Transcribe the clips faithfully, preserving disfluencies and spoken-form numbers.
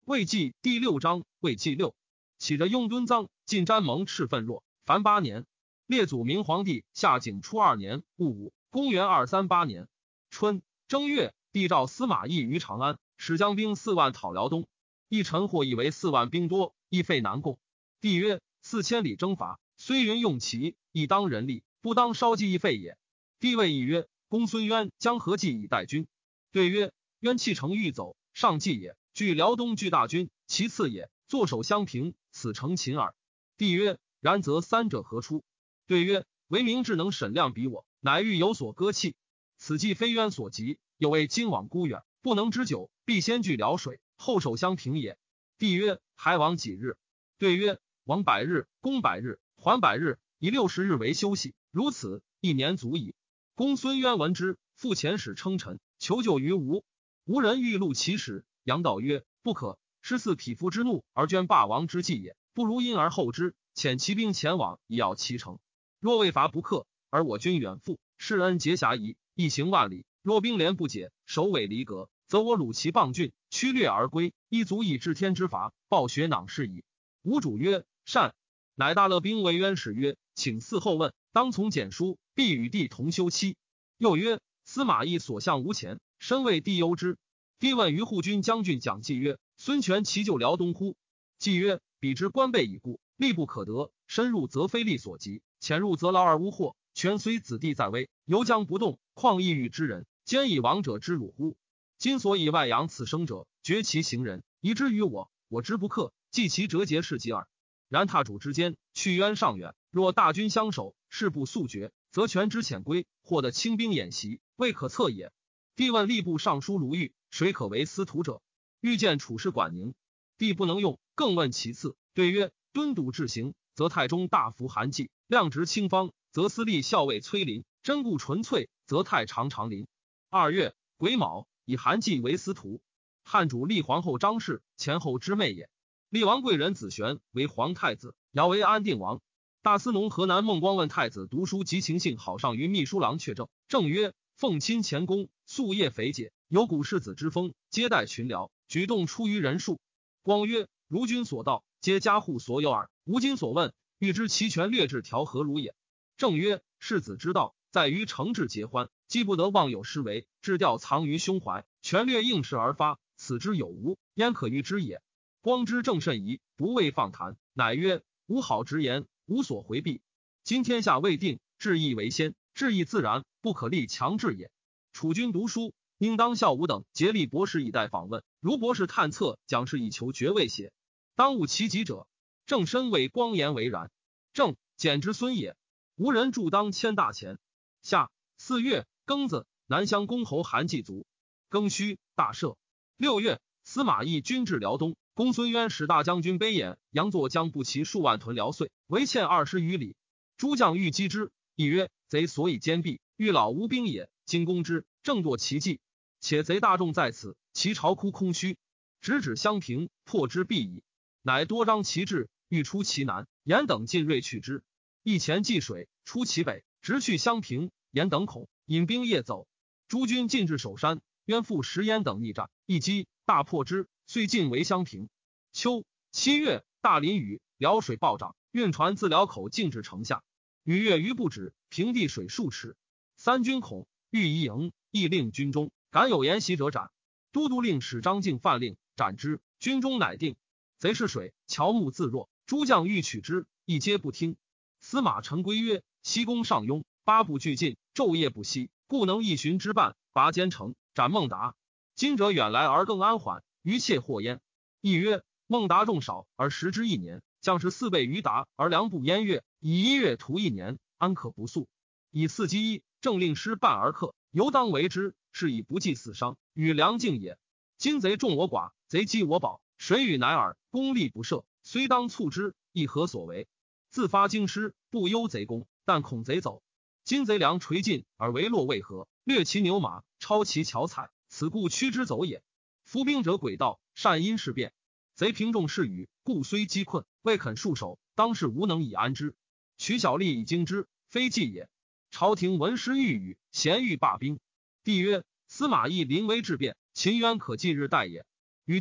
魏纪第六章。魏纪六，起着雍敦臧，晋詹蒙赤奋若，凡八年。列祖明皇帝下景初二年戊午，公元二三八年春正月，帝诏司马懿于长安，使将兵四万讨辽东。一臣或以为四万兵多，亦费难共。帝曰：四千里征伐，虽云用其，亦当人力，不当稍计亦费也。帝谓懿曰：公孙渊将何计以待君？对曰：渊弃城欲走，上计也。据辽东巨大军，其次也。坐守襄平，此诚秦耳。帝曰：然则三者何出？对曰：唯明智能审量比我，乃欲有所割弃。此计非渊所及，又为今往孤远，不能之久，必先据辽水，后守襄平也。帝曰：还往几日？对曰：往百日，攻百日，还百日，以六十日为休息，如此一年足矣。公孙渊闻之，复遣使称臣，求救于吴。吴人欲戮其使，杨道曰：不可，失嗣匹夫之怒而捐霸王之计也，不如因而后之，遣骑兵前往以要其城。若未伐不克，而我军远赴，世恩结狎夷，一行万里，若兵连不解，首尾离隔，则我虏其傍郡，驱掠而归，亦足以治天之法，报血囊事矣。吴主曰：善。乃大勒兵为渊使曰：请嗣后问，当从简书，必与帝同休戚。又曰：司马懿所向无前，身为帝忧之。帝问于护军将军蒋济曰：孙权其救辽东乎？济曰：彼之官备已固，力不可得，深入则非力所及，潜入则劳而无获。权虽子弟在危，犹将不动，况异域之人，兼以亡者之辱乎？今所以外扬此生者，绝其行人，以之于我，我之不克，计其折节是极耳。然踏主之间，去渊尚远，若大军相守，事不速决，则权之遣归，或得轻兵演习，未可测也。帝问吏部尚书卢豫，谁可为司徒者？欲见处事管宁，帝不能用，更问其次。对曰：敦笃治行，则太中大夫韩季；量直清方，则司隶校尉崔林；真固纯粹，则太常长林。二月癸卯，以韩季为司徒。汉主立皇后张氏，前后之妹也。立王贵人子玄为皇太子，尧为安定王。大司农河南孟光问太子读书及情性好上于秘书郎阙正，正曰：奉亲前功，夙夜肥解，有古世子之风，接待群僚，举动出于人数。光曰：如君所道，皆家户所有耳，吾今所问，欲知其权略制调何如也。正曰：世子之道，在于诚挚结欢，既不得忘有失为，志调藏于胸怀，权略应势而发，此之有无，焉可预知也？光之正甚疑，不畏放谈，乃曰：吾好直言，无所回避。今天下未定，治义为先，治义自然，不可立强制也。楚军读书，应当效吾等竭力博士以待访问，如博士探测，讲是以求爵位邪？当务其极者。正身为光言为然。正简之孙也。无人助当迁大前。夏四月庚子，南乡公侯韩季卒。庚戌，大赦。六月，司马懿军至辽东，公孙渊使大将军卑偃、杨作将步骑数万屯辽遂，围堑二十余里。诸将欲击之，懿曰：贼所以坚壁，欲老无兵也。今攻之，正堕其计。且贼大众在此，其巢窟空虚，直指襄平，破之必矣。乃多张其志，欲出其南，严等进锐去之。一前济水，出其北，直去襄平，严等恐，引兵夜走。诸军进至首山，渊复石淹等逆战，一击大破之，遂进为襄平。秋七月，大淋雨，辽水暴涨，运船自辽口进至城下，雨月余不止，平地水数尺。三军恐，欲移营，亦令军中敢有沿袭者斩。都督令使张敬犯令斩之，军中乃定。贼是水，乔木自若，诸将欲取之，亦皆不听。司马陈规曰：西宫上庸，八部俱进，昼夜不息，故能一旬之半，拔坚城，斩孟达。今者远来而更安缓，余切祸焉。亦曰：孟达众少而食之一年，将士四倍于达而粮不焉月，以一月图一年，安可不速？以四击一，正令失半而克，犹当为之，是以不计死伤，与良境也。今贼众我寡，贼击我保，谁与乃尔？功力不赦，虽当促之，亦何所为？自发京师，不忧贼攻，但恐贼走。今贼粮垂尽而为落渭河，掠其牛马，抄其樵采，此故驱之走也。伏兵者诡道，善因事变。贼平众势语，故虽击困，未肯束手，当是无能以安之。取小利以惊之，非计也。朝廷闻师欲语，咸欲罢兵。帝曰：司马懿临危致变，秦渊可继日待也。与计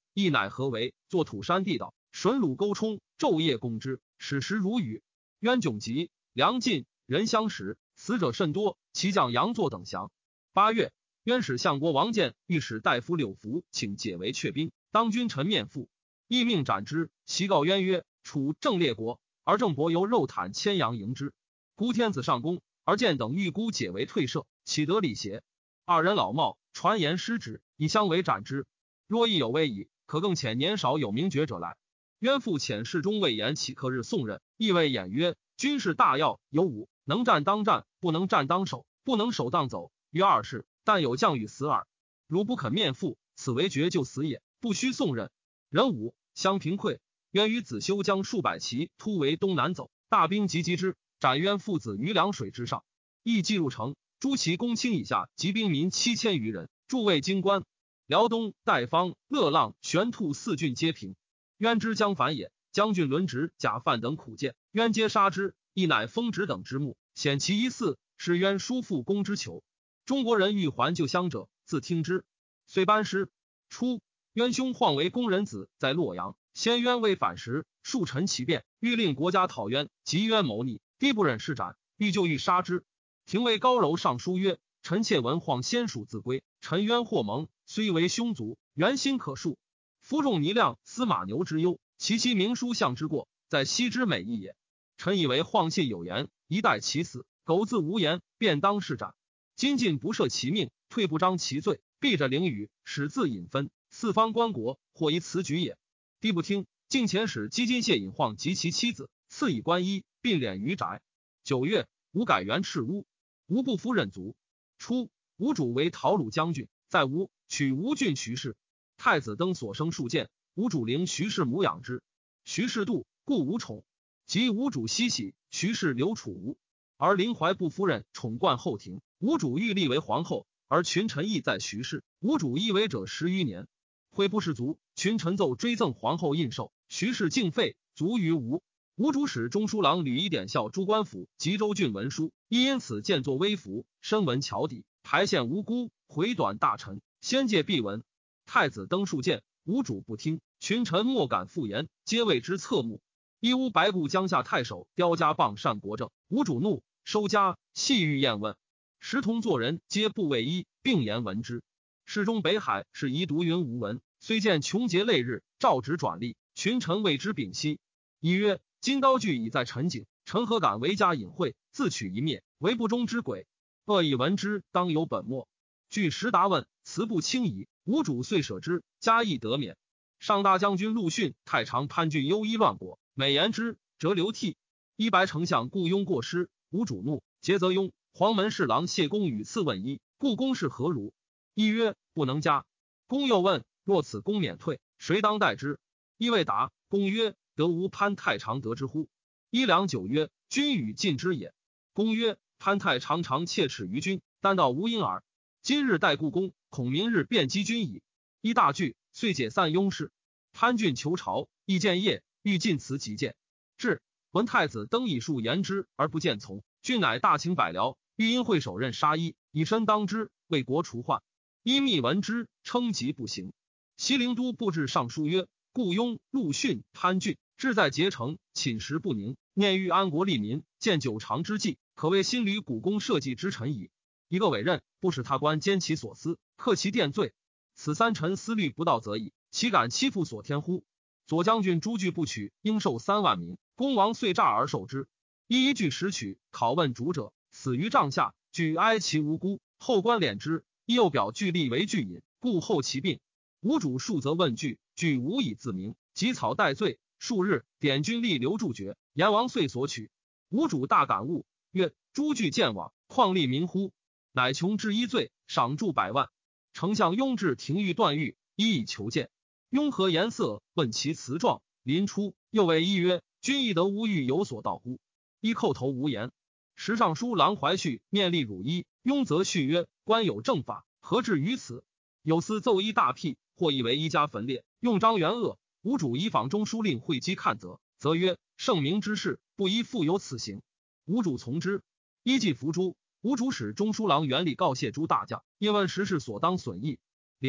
亦乃何为？作土山地道，水鲁沟冲，昼夜攻之，矢石如雨。渊窘急，粮尽，人相食，死者甚多。其将杨作等降。八月，渊使相国王建、御史大夫柳福请解为阙兵，当君臣面附，亦命斩之。袭告渊曰：楚正列国，而郑伯由肉袒千阳迎之。孤天子上宫，而建等欲孤解为退舍，岂得礼邪？二人老冒，传言失之，以相为斩之。若亦有危矣，可更遣年少有名爵者来。渊复遣侍中魏延起刻日送任，亦谓演曰：军事大要，有五：能战当战，不能战当守，不能守当走。于二事，但有将与死耳。如不肯面附，此为绝就死也，不须送任。人五相平溃。渊与子修将数百骑突围东南走，大兵急击之，斩渊父子于凉水之上。亦既入城，诸其公卿以下及兵民七千余人，驻卫京关。辽东、代方、乐浪、玄兔四郡皆平。渊之将反也，将军轮值、贾范等苦谏，渊皆杀之。亦乃封直等之墓，显其一嗣，是渊叔父公之求。中国人欲还旧乡者，自听之。遂班师。初，渊兄晃为公人子，在洛阳。先渊未反时，数陈其变，欲令国家讨渊，及渊谋逆，帝不忍施斩，欲就欲杀之。廷尉高柔上书曰：臣妾闻晃先蜀自归，臣渊或蒙，虽为凶族，原心可恕。夫众倪亮、司马牛之忧，其其明书相之过，在昔之美意也。臣以为晃信有言，一待其死，苟自无言，便当施斩。今进不赦其命，退不彰其罪，避着凌雨，使自隐分，四方官国，或以此举也。帝不听，竟遣使击金谢尹晃及其妻子，赐以官衣，并敛于宅。九月，吴改元赤乌，吴不夫任卒。初，吴主为讨虏将军，在吴取吴郡徐氏。太子登所生数见，吴主陵徐氏母养之。徐氏妒，故无宠。及吴主西徙，徐氏留楚吴。而林怀不夫人宠冠后庭，吴主欲立为皇后，而群臣亦在徐氏。吴主依为者十余年。会不士卒，群臣奏追赠皇后印绶，徐氏竟废，卒于吴。吴主使中书郎吕夷典校诸官府吉州郡文书，亦因此见作微服，深闻桥底，排县无辜，回短大臣，先戒必闻。太子登数谏，吴主不听，群臣莫敢复言，皆为之侧目。一乌白布江夏太守刁家谤善国政，吴主怒，收家，细欲验问。时同作人皆不为一，并言闻之。世中北海是遗独云无闻，虽见穷节累日，诏旨转吏，群臣为之屏息。一曰：今刀具已在陈景，臣何敢为家隐晦，自取一灭，为不忠之鬼。恶以闻之，当有本末。据实答问，辞不轻矣。吴主遂舍之，家亦得免。上大将军陆逊、太常潘俊忧衣乱国，每言之，则流涕。一白丞相顾雍过失，吴主怒，诘责雍。黄门侍郎谢公与次问一，故公是何如？一曰：不能加。公又问：若此公免退，谁当代之？一未答。公曰：得无潘太常得之乎？一良久曰：君与尽之也。公曰：潘太常常切齿于君，但道无因耳。今日待故宫，恐明日便击君矣。一大惧，遂解散雍氏。潘俊求朝，亦见业，欲进辞极谏。至，闻太子登以数言之而不见从，俊乃大请百僚，欲因会首任杀一，以身当之，为国除患。因密闻之，称疾不行。西陵都布置上书曰：顾雍、陆逊、潘俊志在结成，寝食不宁，念欲安国利民，见久长之计，可谓新履古公社稷之臣矣。一个委任，不使他官兼其所思，克其殿罪。此三臣思虑不到则已，岂敢欺负所天乎？左将军朱据不取，应受三万民，公王遂诈而受之。一一据实取，拷问主者，死于帐下，据哀其无辜，后官敛之。亦又表据吏为据引，故后其病。吴主数则问据，据无以自明，及草代罪。数日，典军吏留注决，阎王遂所取。吴主大感悟，曰：诸据见往，况利民乎？乃穷治一罪，赏铸百万。丞相雍至廷狱断狱，一以求见。雍何颜色？问其词状。临出，又谓一曰：君亦得无欲有所道乎？一叩头无言。时尚书郎怀绪面立汝衣，雍则续曰：官有正法，何至于此？有司奏一大辟，或以为一家分裂，用张元恶。吴主以访中书令会稽看责，则曰：圣明之事，不宜复有此行。吴主从之。依计伏诛。吴主使中书郎元礼告谢诸大将，因问时事所当损益。李还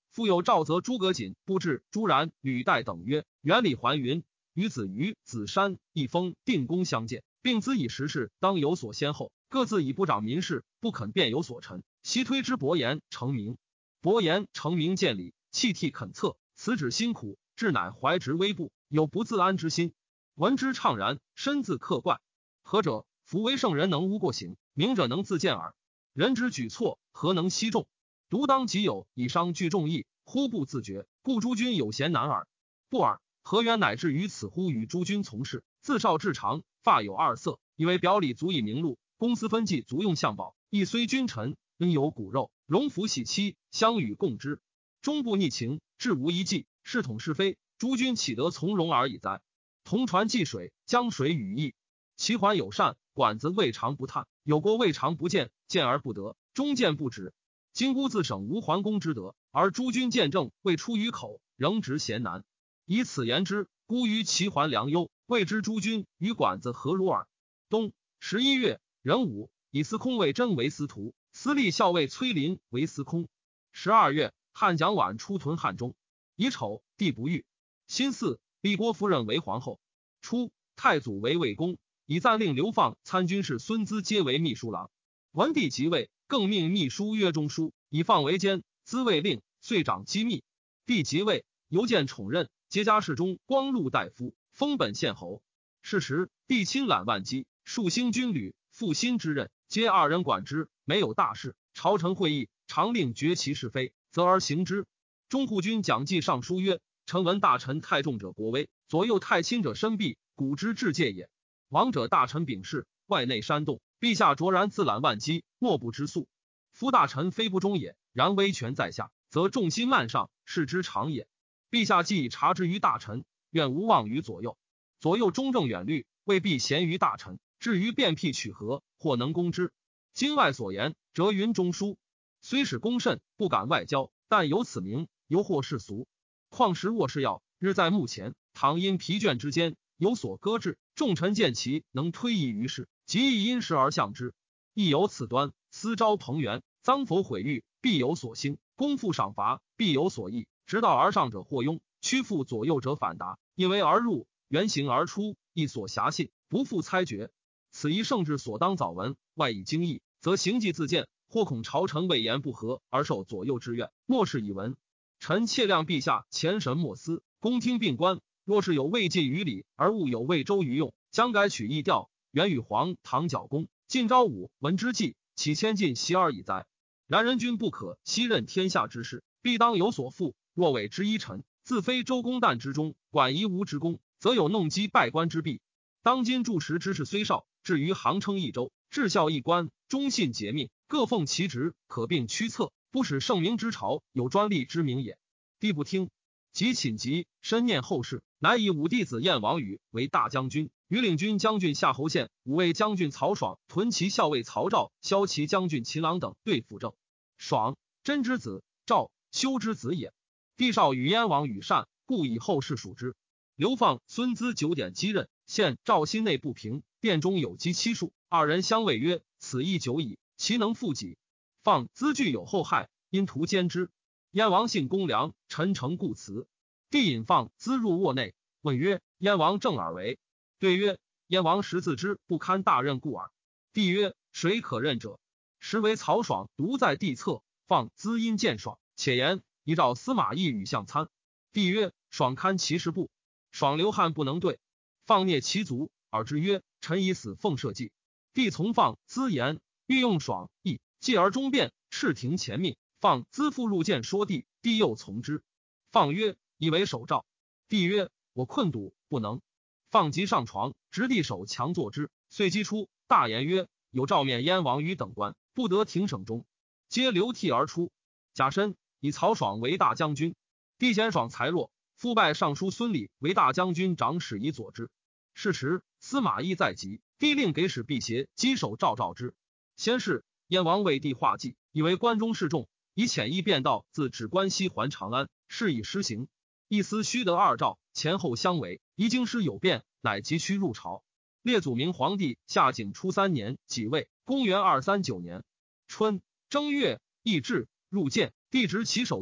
复有赵则诸葛瑾、布置、朱然、吕岱等曰：原礼还云，与子瑜、子山、一封、定公相见，并兹以时事当有所先后，各自以不长民事，不肯便有所陈。悉推之伯言成名，伯言成名见礼，泣涕恳策，此止辛苦，至乃怀直微步，有不自安之心。闻之怅然，深自克怪。何者？夫为圣人能无过行，明者能自见耳。人之举措，何能悉中？独当己有，以伤具众义，忽不自觉，故诸君有贤难耳。不耳。何渊乃至于此乎？与诸君从事，自少至长，发有二色，以为表里足以明路，公私分际足用相保。亦虽君臣，应有骨肉，荣服喜妻，相与共之。终不逆情，志无一计，是统是非，诸君岂得从容而已哉？同船济水，江水与义，其环有善，管子未尝不叹，有过未尝不见，见而不得，终见不止。今孤自省无桓公之德，而诸君见证未出于口，仍直贤难。以此言之，孤于其环良优，未知诸君与管子何如耳。冬十一月，壬午，以司空魏征为司徒，司隶校尉崔林为司空。十二月，汉蒋琬出屯汉中。乙丑，帝不遇。辛巳，立郭夫人为皇后。初，太祖为魏公，以暂令流放参军事孙资皆为秘书郎。文帝即位，更命秘书曰中书，以放为监，资未令，遂长机密。帝即位，犹见宠任，皆家世中光禄大夫，封本县侯。是时，帝亲揽万机，数兴军旅，复新之任，皆二人管之，没有大事。朝臣会议，常令决其是非，则而行之。中护军蒋济上书曰：臣闻大臣太重者国威，左右太轻者身弊，古之至戒也。王者大臣秉事，外内煽动，陛下卓然自揽万机，莫不知素。夫大臣非不忠也，然威权在下，则重心慢上，是之常也。陛下既以察之于大臣，愿无忘于左右。左右中正远虑，未必贤于大臣，至于变辟取和，或能攻之。今外所言，折云中书，虽使公慎，不敢外交，但有此名，犹获世俗。况时卧事要，日在目前，倘因疲倦之间有所搁置，众臣见其能推移于世，即亦因时而向之。亦有此端，私招朋援，赃否毁誉，必有所兴；功复赏罚，必有所益。直道而上者或庸，屈服左右者反达。因为而入，原形而出，亦所辖信，不复猜决。此一圣治所当早闻，外以精义，则行迹自见，或恐朝臣未言不合而受左右之愿，莫视以闻。臣切量陛下前神莫思，公听并观。若是有未尽于礼，而物有未周于用，将改取义调，原与黄唐角公、晋昭武闻之计，岂迁进袭而已哉？然人君不可悉任天下之事，必当有所负。若委之一臣，自非周公旦之中，管夷吾之功，则有弄击败官之弊。当今住持之事虽少，至于行称一州，治校一官，忠信节命，各奉其职，可并驱策，不使圣明之朝有专利之名也。帝不听，即寝疾，深念后事，乃以五弟子燕王宇为大将军，羽领军将军夏侯宪、五位将军曹爽、屯骑校尉曹昭、骁骑将军秦朗等对辅政。爽，真之子，赵，修之子也。帝少与燕王宇善，故以后世属之。流放孙资九点击任，现赵心内不平，殿中有击七数，二人相谓曰：此亦久矣，其能复己？放资具有后害，因图奸之。燕王信公良，臣诚故辞。帝引放资入卧内，问曰：燕王正耳为？对曰：燕王实自知不堪大任故耳。帝曰：谁可任者？时为曹爽独在帝侧，放资因见爽，且言以召司马懿与相参。帝曰：爽堪其事不？爽流汗不能对，放蹑其足，而之曰：臣以死奉社稷。帝从放资言，欲用爽义，继而终变，敕庭前命。放资复入见说帝，帝又从之。放曰：以为守诏。帝曰：我困笃，不能。放即上床，执帝手强坐之，遂击出，大言曰：有诏免燕王于等官，不得庭省中。皆流涕而出。甲申，以曹爽为大将军。帝嫌爽才弱，复拜尚书孙礼为大将军长史以佐之。是时，司马懿在即，帝令给使辟邪击手赵召之。先是，燕王为帝画计，以为关中示众，以遣意变道自指关西还长安，是以施行。一司须得二诏，前后相违，宜京师有变，乃急趋入朝。列祖明皇帝夏景初三年己未，公元二三九年春正月，议制入见，帝执其手曰：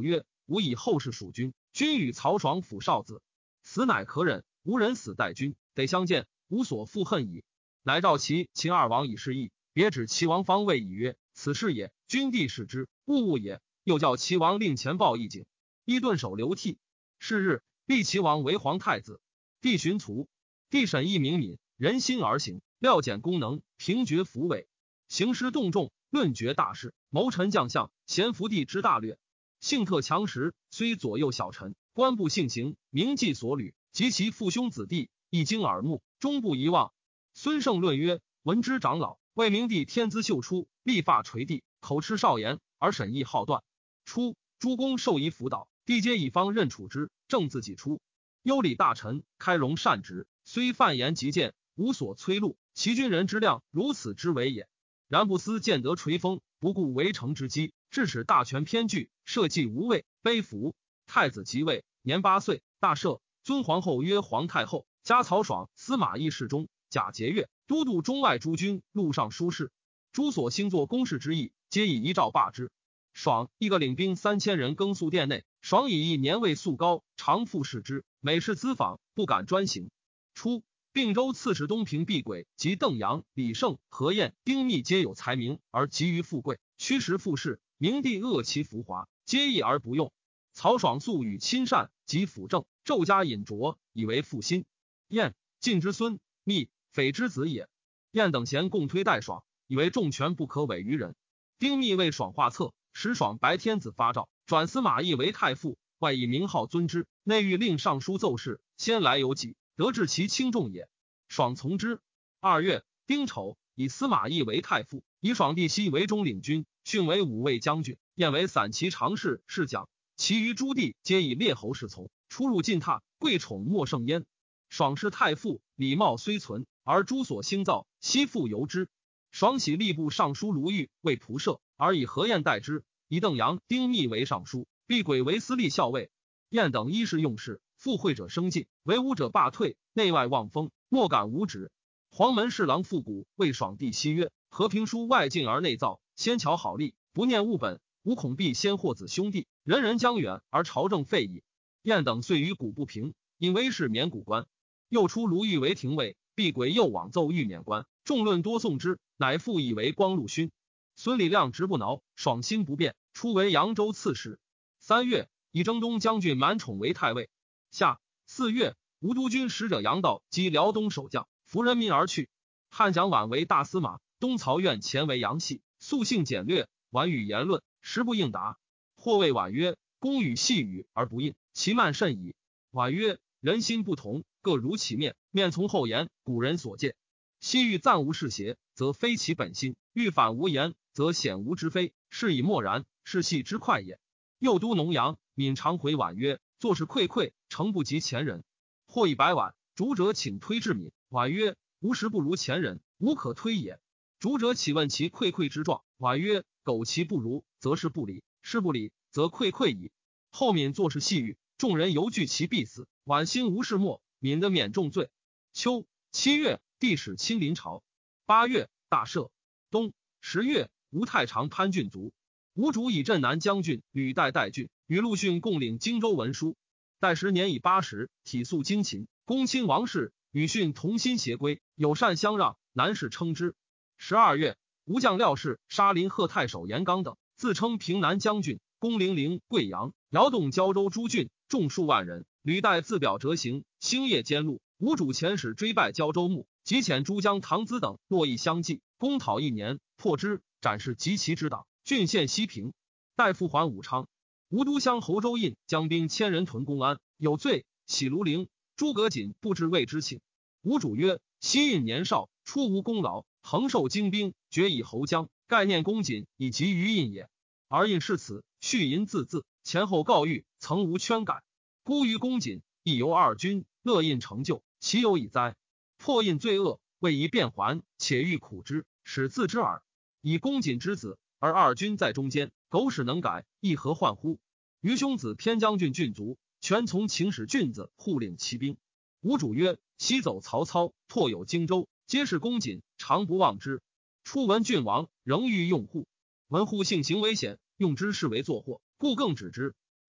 吾以后世属君，君与曹爽辅少子，死乃可忍，无人死待君，得相见，无所负恨矣。乃召其秦二王以示意，别指齐王方位以曰：此事也，君弟视之，勿误也。又叫齐王令前报义景，伊顿首流涕。是日，立齐王为皇太子。帝寻卒，帝审义明敏，人心而行，料简功能，平决抚委，行师动众，论决大事，谋臣将相，贤福帝之大略。性特强实，虽左右小臣，官不幸行，铭记所履，及其父兄子弟，一经耳目，终不遗忘。孙胜论曰：闻之长老，为明帝天资秀出，立发垂地，口吃少言，而审议好断。初，诸公授仪辅导，帝皆以方任处之，正自己出。优礼大臣，开容善直，虽犯言极谏，无所催录，其军人之量如此之为也。然不思见得垂风，不顾围城之机，致使大权偏据，社稷无位，卑服。太子即位，年八岁，大赦，尊皇后曰皇太后，加曹爽司马懿侍中，假节钺，都督中外诸军，录尚书事。诸所兴作公事之意，皆以遗诏罢之。爽一个领兵三千人更宿殿内，爽以一年位素高，常复视之，每事咨访，不敢专行。初，并州刺史东平毕轨及邓阳、李胜、何晏、丁密皆有才名，而急于富贵，驱时附势，明帝恶其浮华，皆议而不用。曹爽素与亲善，及辅政，骤加引擢，以为负心。晏，晋之孙，密，匪之子也。晏等贤共推代爽，以为重权不可委于人。丁密为爽画策，使爽白天子发诏，转司马懿为太傅，外以名号尊之，内欲令尚书奏事，先来有己，得治其轻重也。爽从之。二月，丁丑，以司马懿为太傅，以爽弟熙为中领军，训为武卫将军，晏为散骑常侍、侍讲。其余诸弟皆以列侯侍从，出入进榻，贵宠莫胜焉。爽是太傅，礼貌虽存，而诸所兴造，悉复由之。爽喜吏部尚书卢玉为仆射，而以何晏代之，以邓阳、丁密为尚书，毕轨为司隶校尉。晏等衣饰用事，附会者生进，为武者罢退，内外望风，莫敢无止。黄门侍郎复古谓爽弟熙曰：和平书外进而内造，先巧好吏，不念物本，吾恐必先祸子兄弟，人人将远而朝政废矣。晏等遂与古不平，因威势免古官。又出卢玉为廷尉，毕轨又往奏御免官，众论多颂之，乃复以为光禄勋。孙礼亮直不挠，爽心不变，初为扬州刺史。三月，以征东将军满宠为太尉。夏四月，吴都军使者杨道击辽东守将，扶人民而去。汉蒋琬为大司马，东曹院前为杨戏，素性简略，婉语言论，时不应答。或谓婉曰：公语细语而不应，其慢甚矣。婉曰：人心不同，各如其面，面从后言，古人所见。昔欲暂无事邪，则非其本心；欲反无言，则显无之非。是以默然，是戏之快也。右都农阳，闵常回婉曰：做事愧愧，诚不及前人。或以白婉，主者请推至闵。婉曰：吾实不如前人，无可推也。主者岂问其愧愧之状？婉曰：苟其不如，则是不理；是不理，则愧愧矣。后闵做事细语，众人犹惧其必死。婉心无事末，闵得免重罪。秋七月，帝使亲临朝。八月，大赦。冬十月，吴太常潘郡卒。吴主以镇南将军吕代代郡，与陆逊共领荆州文书。代时年已八十，体素精勤，公亲王室，与逊同心协归，友善相让，南士称之。十二月，吴将廖氏、沙林贺太守严纲等自称平南将军，攻零陵、贵阳、辽东胶州诸郡，众数万人。吕代自表折行，星夜兼路。吴主遣使追败胶州牧，即遣诸将唐子等络绎相继，攻讨一年，破之，展示及其之党，郡县西平。代复还武昌。吴都乡侯周印将兵千人屯公安，有罪，徙庐陵。诸葛瑾不知谓之请。吴主曰：西印年少，初无功劳，恒受精兵，决以侯将，概念公瑾以及于印也。而印是此，续银字字，前后告谕，曾无圈改。孤于公瑾，亦由二军，乐印成就，其有以哉？破印罪恶，为宜变还，且欲苦之，使自知耳。以公瑾之子，而二军在中间，狗屎能改，亦何患乎？于兄子偏将军郡卒，全从请使郡子护领骑兵。吴主曰：西走曹操，拓有荆州，皆是公瑾，常不忘之。初闻郡王，仍欲用户，闻户性行危险，用之视为作祸，故更止之。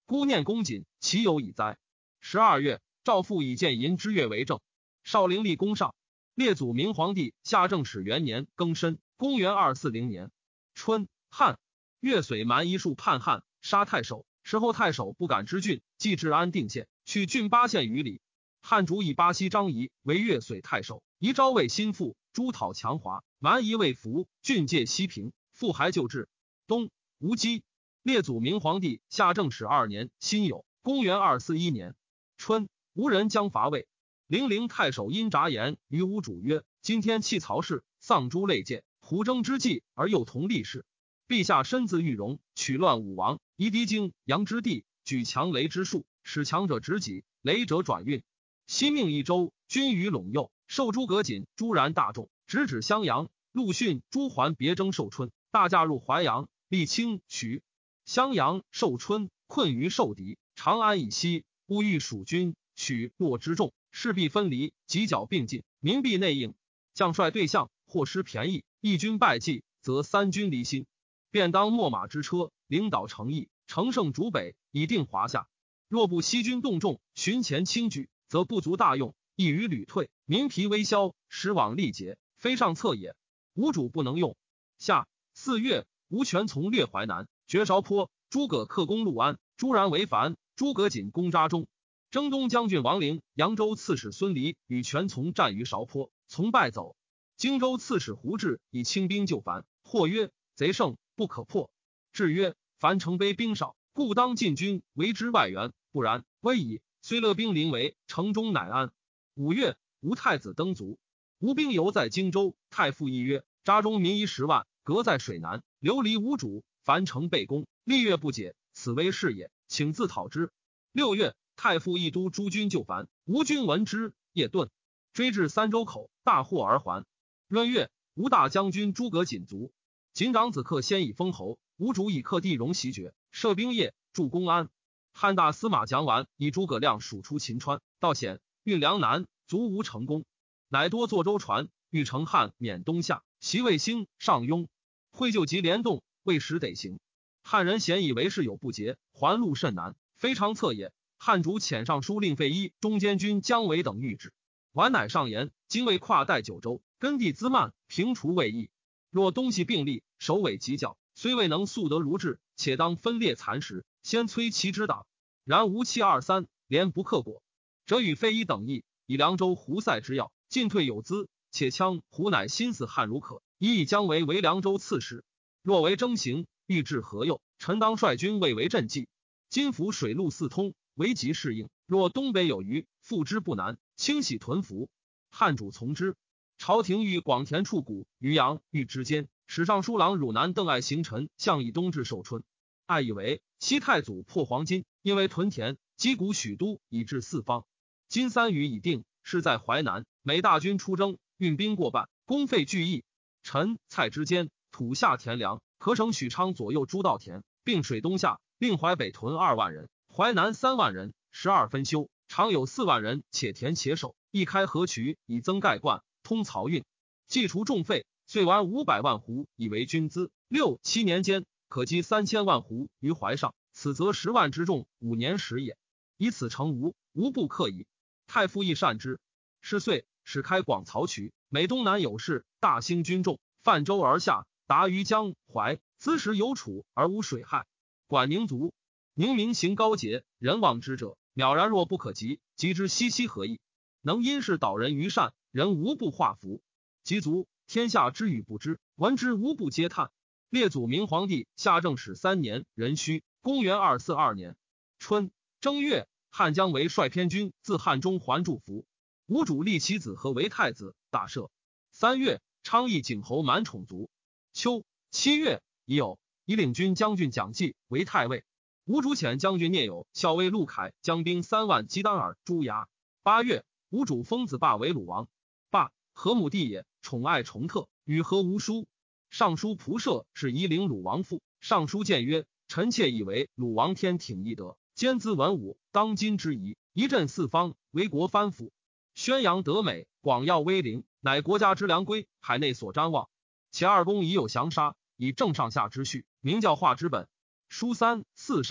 孤念公瑾，其有以哉？十二月，赵父以建银之月为政。少陵立功上。列祖明皇帝下正始元年庚申，公元二四零年春，汉岳遂蛮夷数叛汉，杀太守。时候太守不敢之郡，即至安定县，去郡八县余里。汉主以巴西张仪为岳遂太守，仪昭为心腹，诸讨强华，蛮夷未服，郡界西平，复还旧制。冬，无饥。列祖明皇帝下正始二年辛酉，公元二四一年春，吴人将伐魏。零陵太守因札言于吴主曰：今天弃曹氏，丧诸类贱，胡征之计而又同立事。陛下身自玉容，取乱武王，夷狄京阳之地，举强雷之术，使强者执己，雷者转运。西命一州，军于陇右，受诸葛瑾、朱然大众，直指襄阳。陆逊、朱桓别征寿春，大驾入淮阳，立清、徐、襄阳、寿春，困于受敌。长安以西，乌欲蜀军，许洛之众，势必分离，犄角并进，民必内应。将帅对象，或失便宜，一军败绩，则三军离心。便当秣马之车，领导诚意，乘胜逐北，以定华夏。若不西军动众，循前轻举，则不足大用，易于屡退，民疲微消，时往力竭，非上策也。吴主不能用。夏四月，吴权从略淮南，绝韶坡，诸葛克攻陆安，朱然为樊，诸葛瑾攻扎中。征东将军王陵、扬州刺史孙离与权从战于韶坡，从败走。荆州刺史胡志以轻兵救樊，或曰：贼胜，不可破。志曰：樊城卑兵少，故当进军为之外援，不然，危矣。虽勒兵临围，城中乃安。五月，吴太子登卒。吴兵犹在荆州，太傅议曰：扎中民夷十万，隔在水南，流离无主，樊城被攻，历月不解，此危事也，请自讨之。六月，太傅议都诸军救樊，吴军闻之，夜遁，追至三州口，大获而还。闰月，吴大将军诸葛瑾卒。瑾长子克先以封侯，吴主以克地荣袭爵，设兵业，筑公安。汉大司马蒋琬以诸葛亮属出秦川，道险，运粮难，卒无成功，乃多坐舟船，欲乘汉免东下，袭卫星、上庸，会救及联动，未时得行。汉人咸以为事有不节，还路甚难，非常策也。汉主遣尚书令费祎、中监军姜维等谕之。宛乃上言：今未跨代九州，根地滋慢，平除未易。若东西并立，首尾犄角，虽未能速得如志，且当分裂蚕食，先摧其之党。然无七二三，连不克果，则与费祎等议，以凉州胡塞之要，进退有资。且羌胡乃心似汉如可，以以姜维为凉州刺史。若为征行，欲至河右，臣当率军未为阵计。今府水陆四通，为急适应。若东北有余，复之不难，清洗屯服。汉主从之。朝廷欲广田处谷于阳豫之间，使尚书郎汝南邓艾行臣向以东至寿春。艾以为西太祖破黄巾，因为屯田击鼓许都，以至四方。今三余已定，是在淮南。每大军出征，运兵过半，公费巨益。陈蔡之间，土下田粮，可省许昌左右诸稻田，并水东下，令淮北屯二万人，淮南三万人，十二分修，常有四万人，且田且守，一开河渠，以增盖灌，通漕运，计除重费，遂完五百万斛，以为军资。六七年间，可积三千万斛于淮上，此则十万之众，五年时也。以此成吴，无不克矣。太傅亦善之。是岁，始开广漕渠，每东南有事，大兴军众，泛舟而下，达于江淮，资时有处而无水害。管宁卒。宁明行高洁，人望之者，渺然若不可及，及之熙熙何益？能因事导人于善，人无不化服。及卒，天下知与不知，闻之无不嗟叹。列祖明皇帝下正始三年壬戌，公元二四二年春正月，汉姜维率偏军自汉中还驻伏。吴主立其子和为太子，大赦。三月，昌邑景侯满宠卒。秋七月，已有以领军将军蒋济为太尉。吴主遣将军聂友、校尉陆凯将兵三万击丹耳、朱牙。八月，吴主封子霸为鲁王。霸，何母弟也，宠爱崇特，与和无殊。尚书仆射是夷陵鲁王父。尚书谏曰：臣妾以为鲁王天挺义德，兼资文武，当今之宜，一振四方，为国藩辅，宣扬德美，广耀威灵，乃国家之良规，海内所瞻望。且二公已有降杀，以正上下之序，明教化之本。书三四上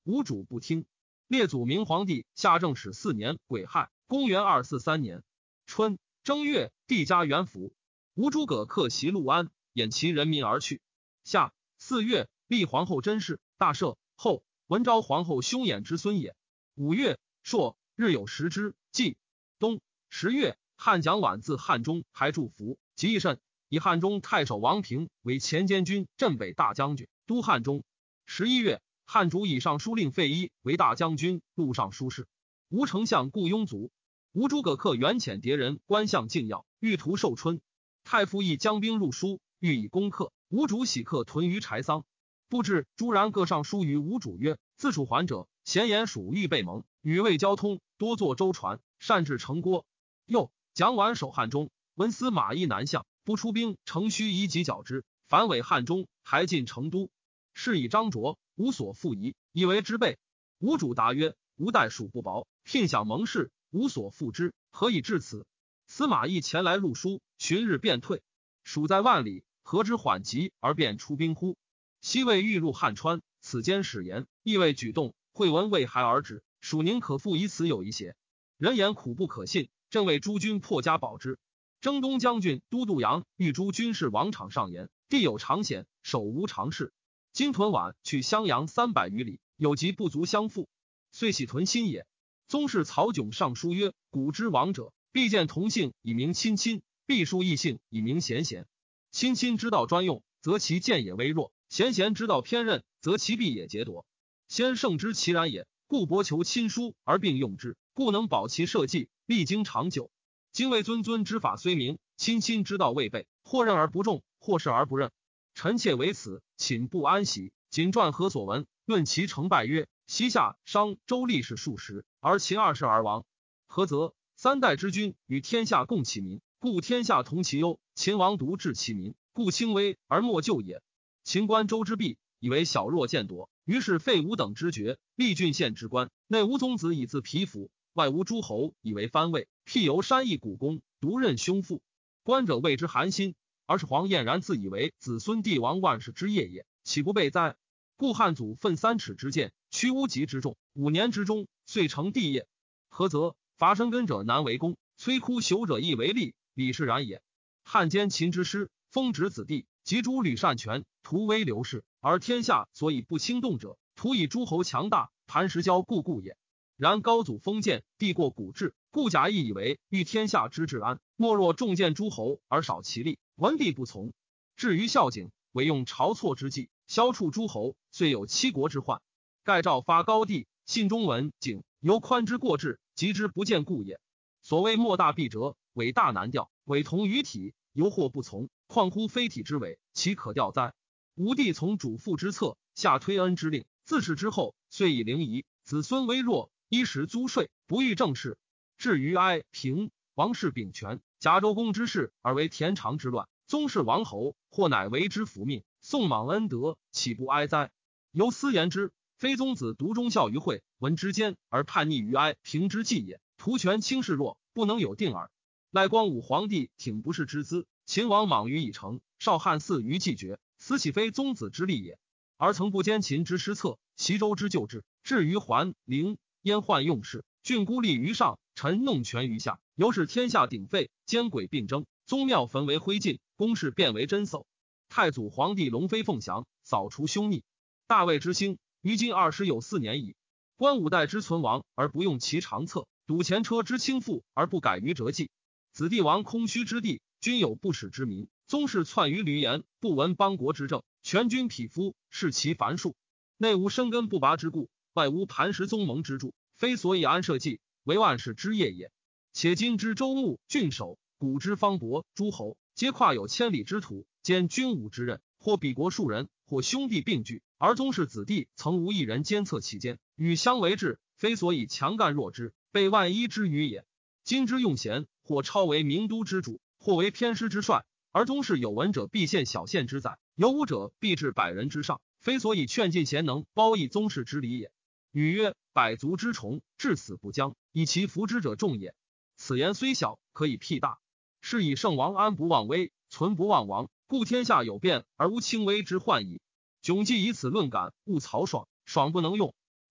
吴主不听。列祖明皇帝下正始四年癸亥，公元二四三年春正月，帝加元服。吴诸葛克袭陆安，掩其人民而去。夏四月，立皇后甄氏，大赦。后文昭皇后兄衍之孙也。五月朔，日有食之。季冬十月，汉蒋琬自汉中还祝福，极益甚。以汉中太守王平为前监军、镇北大将军，都汉中。十一月，汉主以尚书令费祎为大将军、录尚书事。吴丞相顾雍卒。吴诸葛恪远遣迭人观相敬要，欲图寿春。太傅亦将兵入书，欲以攻克。吴主喜客屯于柴桑。不知诸然各上书于吴主曰：自楚还者，咸言属欲备盟，与魏交通，多坐舟船，善治城郭。又蒋琬守汉中，闻司马懿南向，不出兵，乘虚以己剿之，反围汉中，还进成都。是以张卓无所复疑，以为之备。吴主答曰：吾待蜀不薄，聘享盟誓，无所复之，何以至此？司马懿前来录书，旬日便退。蜀在万里，何之缓急而便出兵乎？西魏欲入汉川，此间使言，意未举动，惠文未还而止。蜀宁可复以此有一邪？人言苦不可信，正为诸军破家保之。征东将军都督杨欲诸军事王场上言，地有常险，手无常事。今屯宛去襄阳三百余里，有疾不足相负，遂喜屯心也。宗室曹炯上书曰：古之王者，必见同姓以明亲亲，必树异姓以明贤贤。亲亲之道专用，则其见也微弱；贤贤之道偏任，则其必也劫夺。先圣之其然也，故博求亲疏而并用之，故能保其社稷，历经长久。今为尊尊之法虽明，亲亲之道未备，或任而不重，或视而不任。臣妾为此，寝不安息。谨传何所闻，论其成败曰：西夏、商、周历史数十，而秦二世而亡。何则？三代之君与天下共其民，故天下同其忧；秦王独治其民，故轻微而莫救也。秦观周之弊，以为小弱见夺，于是废吾等之爵，立郡县之官，内无宗子以自皮肤，外无诸侯以为藩位，辟游山邑古公，独任兄父。观者谓之寒心，而是黄晏然自以为子孙帝王万世之业也，岂不备哉？故汉祖奋三尺之剑，屈乌棘之众，五年之中，遂成帝业。何则？伐生根者难为功，摧枯朽者易为利，理是然也。汉奸秦之师，封殖子弟，及诸吕擅权，图威流士，而天下所以不轻动者，图以诸侯强大，磐石交固固也。然高祖封建，帝过古制，故假意以为欲天下之治安，莫若重建诸侯而少其力，文帝不从。至于孝景，委用晁错之计，消除诸侯，遂有七国之患。盖诏发高帝，信中文景，由宽之过至，及之不见故也。所谓莫大必折，伟大难调，委同于体，犹或不从，况乎非体之委，其可调哉？吴帝从主父之策，下推恩之令，自始之后，遂以陵夷，子孙微弱，衣食租税，不欲政事。至于哀平、王氏秉权、贾周公之事，而为田常之乱，宗室王侯，或乃为之服命，宋莽恩德，岂不哀哉？由斯言之，非宗子独忠孝于惠文之间，而叛逆于哀平之计也。图权轻视弱，不能有定耳。赖光武皇帝挺不世之资，秦王莽于已成，少汉嗣于既绝，此岂非宗子之利也？而曾不兼秦之失策，袭周之旧制，至于桓灵燕患用事，郡孤立于上，臣弄权于下，由是天下鼎沸，奸诡并争，宗庙焚为灰烬，宫室变为珍叟。太祖皇帝龙飞凤翔，扫除凶逆。大魏之兴，于今二十有四年矣。官五代之存亡而不用其长策，赌前车之倾覆而不改于折计。子弟王空虚之地，均有不使之民。宗室篡于闾阎，不闻邦国之政，全军匹夫，视其繁数。内无生根不拔之故，外无磐石宗盟之助，非所以安社稷，为万世之业也。且今之州牧、郡守，古之方伯、诸侯，皆跨有千里之土，兼军武之任，或比国数人，或兄弟并聚，而宗室子弟曾无一人监测其间，与相为治，非所以强干弱之，被万一之余也。今之用贤，或超为名都之主，或为偏师之帅，而宗室有闻者必献小县之宰，有武者必至百人之上，非所以劝进贤能，褒义宗室之礼也。语曰：百足之虫，至死不僵，以其服之者众也。此言虽小，可以辟大。是以圣王安不忘危，存不忘王，故天下有变而无轻微之患矣。窘忌以此论感，误曹爽，爽不能用。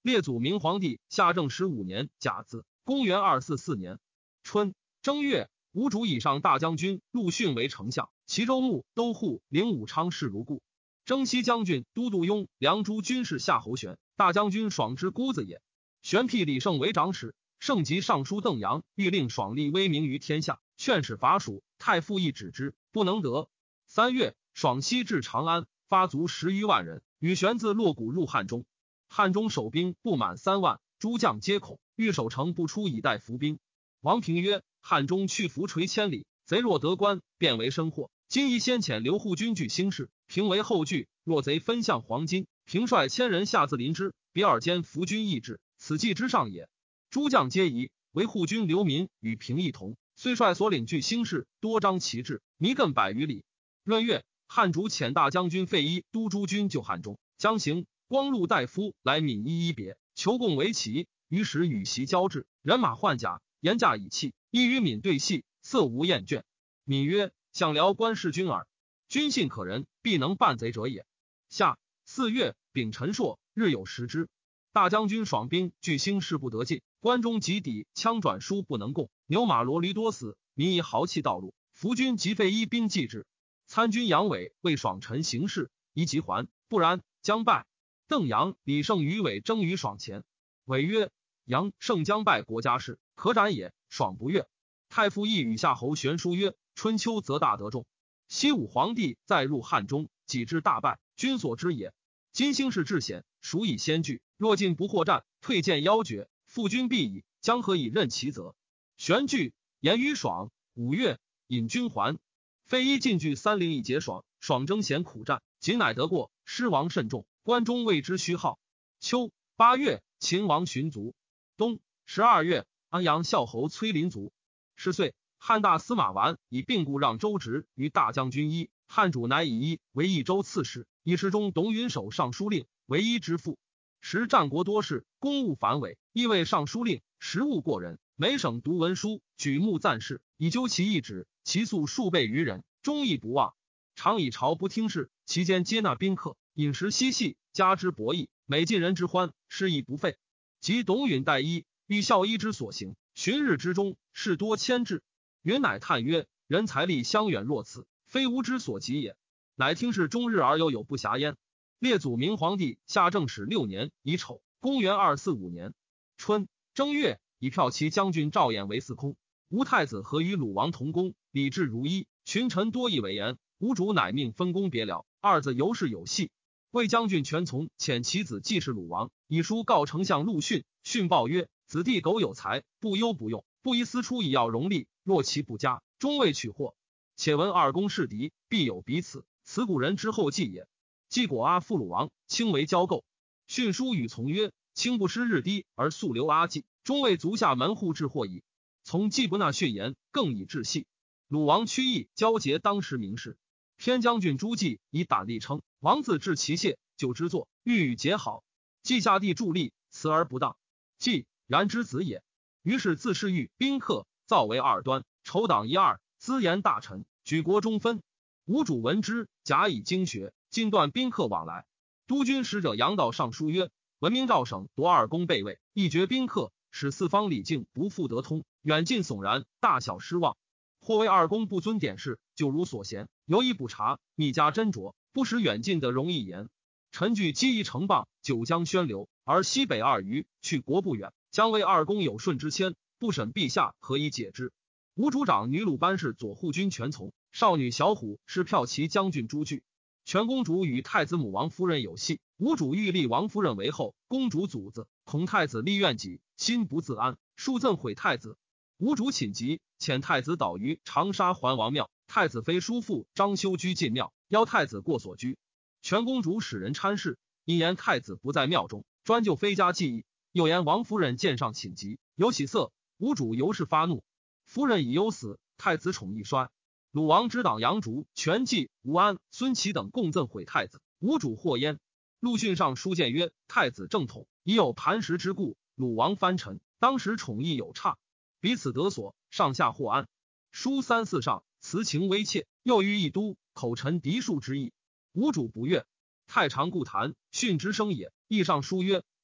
列祖明皇帝下正十五年甲子，公元二四四年春正月，吴主以上大将军陆逊为丞相，齐州牧、都护、灵武昌事如故。征西将军都督雍、梁诸军事夏侯玄，大将军爽之姑子也。玄辟李胜为长史，盛极尚书邓阳欲令爽立威名于天下，劝使伐蜀，太傅亦止之，不能得。三月，爽西至长安，发卒十余万人，与玄自洛谷入汉中。汉中守兵不满三万，诸将皆恐，欲守城不出以待伏兵。王平曰：汉中去伏垂千里，贼若得关，便为深祸。今宜先遣刘护军据兴市，平为后据。若贼分向黄金，平率千人下自临之，比尔间伏军易至，此计之上也。诸将皆疑，唯护军刘民与平一同，虽率所领据兴市，多张旗帜，弥亘百余里。闰月，汉主遣大将军费祎督诸军救汉中，将行。光禄大夫来闽一一别，求共为旗。于时与袭交至，人马换甲，言价以弃。一与闽对戏，色无厌倦。闽曰：相辽官事君耳，君信可人，必能办贼者也。夏四月，丙辰朔，日有食之。大将军爽兵据兴事不得进，关中及抵，枪转书不能供，牛马骡驴多死，民以豪气道路。伏军及费祎兵继之。参军杨伟为爽臣行事，宜即还，不然将败。邓阳、李胜与伟争于爽前，伟曰：杨胜将败国家事，可斩也。爽不悦。太傅亦与夏侯玄书曰：春秋则大得众，西武皇帝再入汉中，己之大败，君所知也。今兴事至险，孰以先拒？若进不获战，退见夭绝，复军必矣，将何以任其责？玄惧，言于爽。五月，引军还。费祎进据三陵以结爽，爽征险苦战，仅乃得过，失亡甚重。关中为之虚号。秋八月，秦王寻卒。冬十二月，安阳孝侯崔林卒。十岁，汉大司马完以病故让周直于大将军一，汉主乃以一为益州刺史，以侍中董允守尚书令，为一之父。时战国多事，公务繁伟，亦为尚书令，实务过人，每省读文书，举目赞事，以究其意旨，其素数倍于人，忠义不忘。常以朝不听事，其间接纳宾客，饮食嬉戏，加之博弈，每尽人之欢，失意不废。及董允代一，欲效一之所行，旬日之中，事多牵制。允乃叹曰：人财力相远若此，非吾之所及也。乃听事终日而有有不暇焉。列祖明皇帝下正始六年乙丑，公元二四五年春正月，以骠骑将军赵衍为司空。吴太子和与鲁王同宫，礼制如一，群臣多以为言。吴主乃命分公别僚，二子尤氏有隙。魏将军全从遣其子季氏鲁王，以书告丞相陆逊。逊报曰：子弟苟有才，不忧不用，不宜私出以要荣利。若其不佳，终未取获。且闻二公是敌，必有彼此，此古人之后继也。季果阿父鲁王，卿为交构。逊书与从曰：卿不失日低而素留阿季，终为足下门户致祸矣。从既不纳逊言，更以致细。鲁王屈意交结当时名士。偏将军朱季以胆力称王自治其谢，就之作，欲与结好。季下帝助力，辞而不当。季然之子也。于是自侍御宾客，造为二端，仇党一二，资言大臣，举国中分。吴主闻之，假以经学，尽断宾客往来。督军使者杨道上书曰：闻明赵省夺二公备位，一绝宾客，使四方礼敬不复得通，远近悚然，大小失望。或为二公不遵典事，就如所嫌，尤以补察，密加斟酌，不使远近得容易言。臣据积夷成棒，九江宣流，而西北二隅，去国不远，将为二公有顺之谦，不审陛下何以解之？吴主长女鲁班氏左护军全从，少女小虎是骠骑将军朱据。全公主与太子母王夫人有隙，吴主欲立王夫人为后，公主祖子，恐太子立怨己，心不自安，数赠毁太子。吴主寝疾，遣太子导于长沙环王庙，太子妃叔父张修居进庙，邀太子过所居。全公主使人参事，因言太子不在庙中，专就妃家记忆，又言王夫人见上寝疾，有喜色。吴主由是发怒，夫人已忧死，太子宠亦衰。鲁王之党杨竹、全季、吴安、孙齐等共赠毁太子，吴主获焉。陆逊上书谏曰：太子正统，已有磐石之故，鲁王藩臣，当时宠亦有差，彼此得所，上下或安。书三四上，辞情微切，又于一都，口陈嫡庶之意。吴主不悦，太常故谈，训之生也。亦上书曰：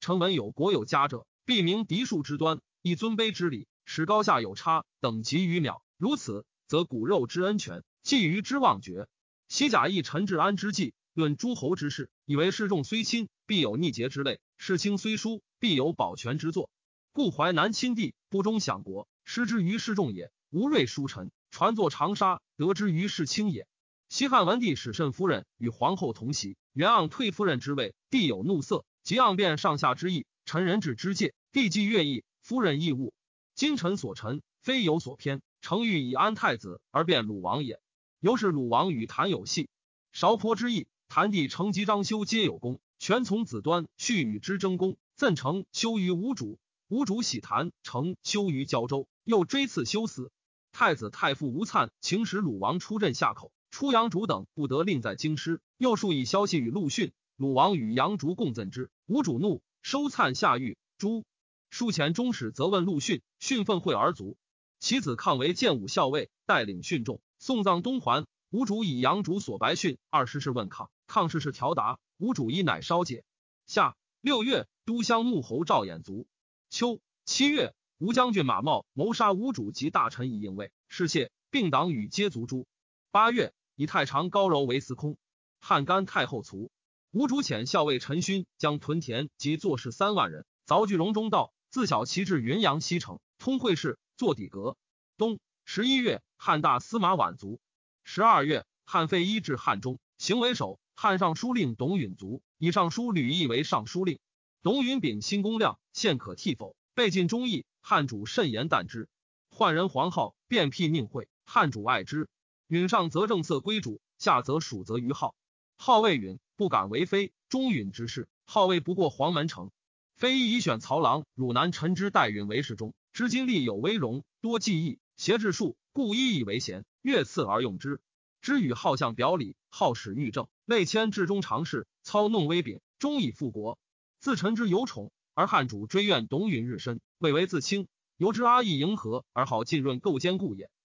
臣闻有国有家者，必明嫡庶之端，以尊卑之礼，使高下有差，等级于秒。如此，则骨肉之恩权，寄于之忘绝。西贾谊陈治安之计，论诸侯之事，以为士众虽亲，必有逆节之类；士轻虽疏，必有保全之作。故淮南亲帝，不忠享国，失之于士众也；吴瑞疏臣，传作长沙，得之于士轻也。西汉文帝使慎夫人与皇后同席，元盎退夫人之位，帝有怒色，即盎辩上下之意，臣人治之戒，帝既乐意，夫人亦恶。今臣所陈，非有所偏，诚欲以安太子而变鲁王也。由是鲁王与谭有隙，韶颇之意，谭帝承及张修皆有功，全从子端续与之争功，赠成修于吴主，吴主喜谭成修于胶州，又追赐修死。太子太傅吴粲请使鲁王出镇下口，出杨竹等不得令在京师，又数以消息与陆逊，鲁王与杨竹共赠之。吴主怒，收粲下狱。诛。数遣中使责问陆逊，逊愤会而卒。其子抗为建武校尉，带领训众送葬东环。吴主以杨竹所白训二十事问抗，抗事事调达，吴主一乃稍解。夏六月，都乡穆侯赵衍卒。秋七月，吴将军马茂谋杀吴主及大臣以应卫，是谢，并党与皆族诛。八月，以太常高柔为司空。汉干太后卒。吴主遣校尉陈勋将屯田及作士三万人凿据隆中道，自小骑至云阳西城，通会试，坐底阁。冬十一月，汉大司马宛卒。十二月，汉废一至汉中，行为首。汉尚书令董允卒，以尚书吕毅为尚书令。董允秉新公亮，现可替否，备尽忠义，汉主甚言惮之。宦人黄皓变辟佞贿，汉主爱之。允上则正色归主，下则属责于皓。皓谓允不敢为非，忠允之事，皓谓不过黄门城。非议以选曹郎汝南陈之代允为侍中，知今立有威容，多技艺，协治术，故一以为贤，越次而用之。知与好相表里，好使御政，类迁治中常侍，操弄威柄，终以复国。自陈之有宠，而汉主追怨董允日深，未为自轻，由之阿意迎合，而好浸润构坚固也。